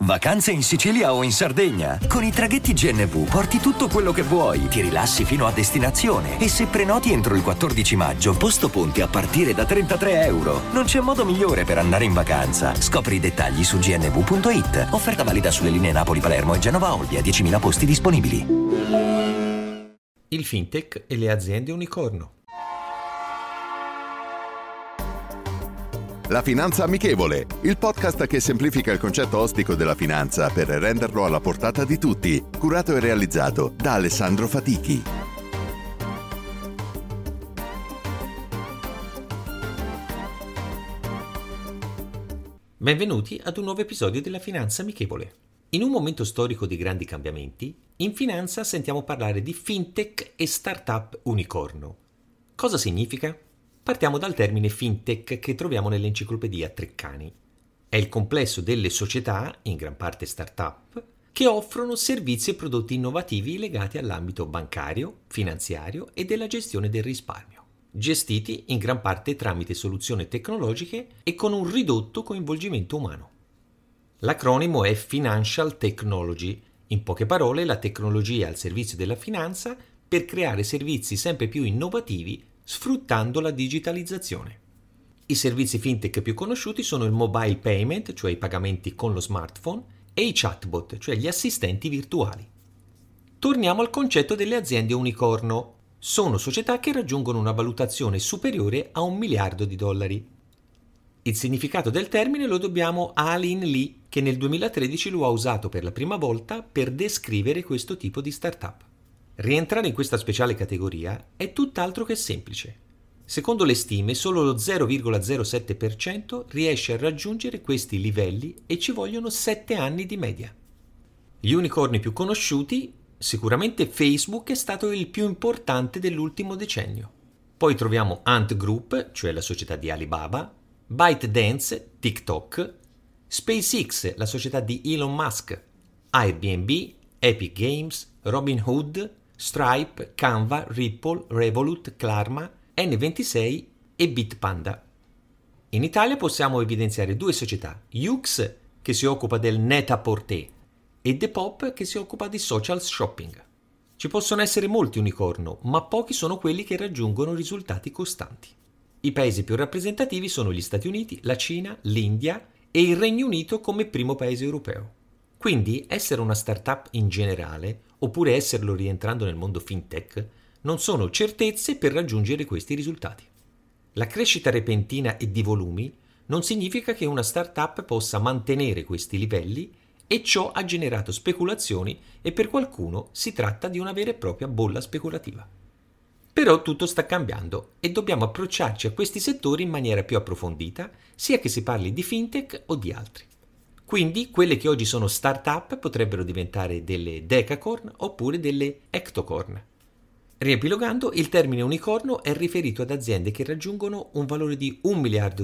Vacanze in Sicilia o in Sardegna? Con i traghetti GNV porti tutto quello che vuoi, ti rilassi fino a destinazione e se prenoti entro il 14 maggio, posto ponti a partire da €33. Non c'è modo migliore per andare in vacanza. Scopri i dettagli su gnv.it. Offerta valida sulle linee Napoli-Palermo e Genova-Olbia, 10.000 posti disponibili. Il fintech e le aziende unicorno. La Finanza Amichevole, il podcast che semplifica il concetto ostico della finanza per renderlo alla portata di tutti, curato e realizzato da Alessandro Fatichi. Benvenuti ad un nuovo episodio della Finanza Amichevole. In un momento storico di grandi cambiamenti, in finanza sentiamo parlare di fintech e startup unicorno. Cosa significa? Partiamo dal termine fintech che troviamo nell'enciclopedia Treccani. È il complesso delle società, in gran parte start-up, che offrono servizi e prodotti innovativi legati all'ambito bancario, finanziario e della gestione del risparmio, gestiti in gran parte tramite soluzioni tecnologiche e con un ridotto coinvolgimento umano. L'acronimo è Financial Technology, in poche parole la tecnologia al servizio della finanza per creare servizi sempre più innovativi sfruttando la digitalizzazione. I servizi fintech più conosciuti sono il mobile payment, cioè i pagamenti con lo smartphone, e i chatbot, cioè gli assistenti virtuali. Torniamo al concetto delle aziende unicorno. Sono società che raggiungono una valutazione superiore a $1 miliardo. Il significato del termine lo dobbiamo a Alin Lee, che nel 2013 lo ha usato per la prima volta per descrivere questo tipo di startup. Rientrare in questa speciale categoria è tutt'altro che semplice. Secondo le stime, solo lo 0,07% riesce a raggiungere questi livelli e ci vogliono 7 anni di media. Gli unicorni più conosciuti, sicuramente Facebook è stato il più importante dell'ultimo decennio. Poi troviamo Ant Group, cioè la società di Alibaba, ByteDance, TikTok, SpaceX, la società di Elon Musk, Airbnb, Epic Games, Robinhood, Stripe, Canva, Ripple, Revolut, Klarna, N26 e Bitpanda. In Italia possiamo evidenziare 2 società, Yux che si occupa del net-a-porter e Depop che si occupa di social shopping. Ci possono essere molti unicorno, ma pochi sono quelli che raggiungono risultati costanti. I paesi più rappresentativi sono gli Stati Uniti, la Cina, l'India e il Regno Unito come primo paese europeo. Quindi essere una startup in generale, oppure esserlo rientrando nel mondo fintech, non sono certezze per raggiungere questi risultati. La crescita repentina e di volumi non significa che una startup possa mantenere questi livelli e ciò ha generato speculazioni e per qualcuno si tratta di una vera e propria bolla speculativa. Però tutto sta cambiando e dobbiamo approcciarci a questi settori in maniera più approfondita, sia che si parli di fintech o di altri. Quindi quelle che oggi sono start-up potrebbero diventare delle decacorn oppure delle ectocorn. Riepilogando, il termine unicorno è riferito ad aziende che raggiungono un valore di $1 miliardo.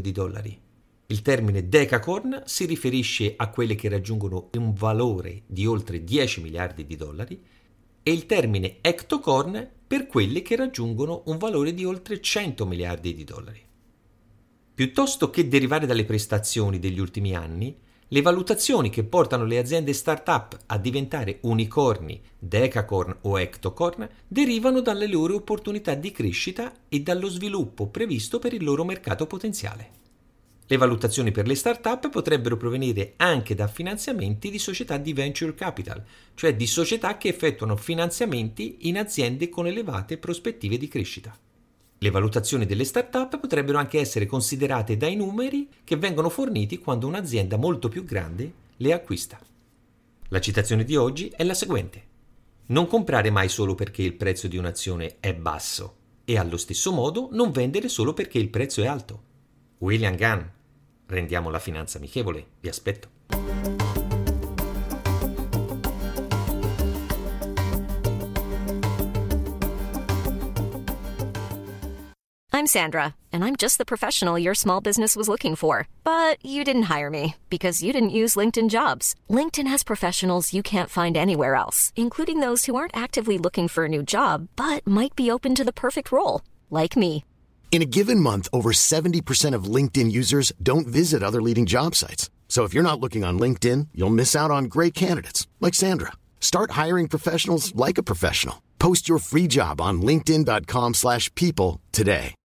Il termine decacorn si riferisce a quelle che raggiungono un valore di oltre $10 miliardi e il termine ectocorn per quelle che raggiungono un valore di oltre $100 miliardi. Piuttosto che derivare dalle prestazioni degli ultimi anni, le valutazioni che portano le aziende start-up a diventare unicorni, decacorn o ectocorn derivano dalle loro opportunità di crescita e dallo sviluppo previsto per il loro mercato potenziale. Le valutazioni per le start-up potrebbero provenire anche da finanziamenti di società di venture capital, cioè di società che effettuano finanziamenti in aziende con elevate prospettive di crescita. Le valutazioni delle start-up potrebbero anche essere considerate dai numeri che vengono forniti quando un'azienda molto più grande le acquista. La citazione di oggi è la seguente: non comprare mai solo perché il prezzo di un'azione è basso e allo stesso modo non vendere solo perché il prezzo è alto. William Gann. Rendiamo la finanza amichevole. Vi aspetto. I'm Sandra, and I'm just the professional your small business was looking for. But you didn't hire me because you didn't use LinkedIn Jobs. LinkedIn has professionals you can't find anywhere else, including those who aren't actively looking for a new job, but might be open to the perfect role, like me. In a given month, over 70% of LinkedIn users don't visit other leading job sites. So if you're not looking on LinkedIn, you'll miss out on great candidates like Sandra. Start hiring professionals like a professional. Post your free job on linkedin.com/people today.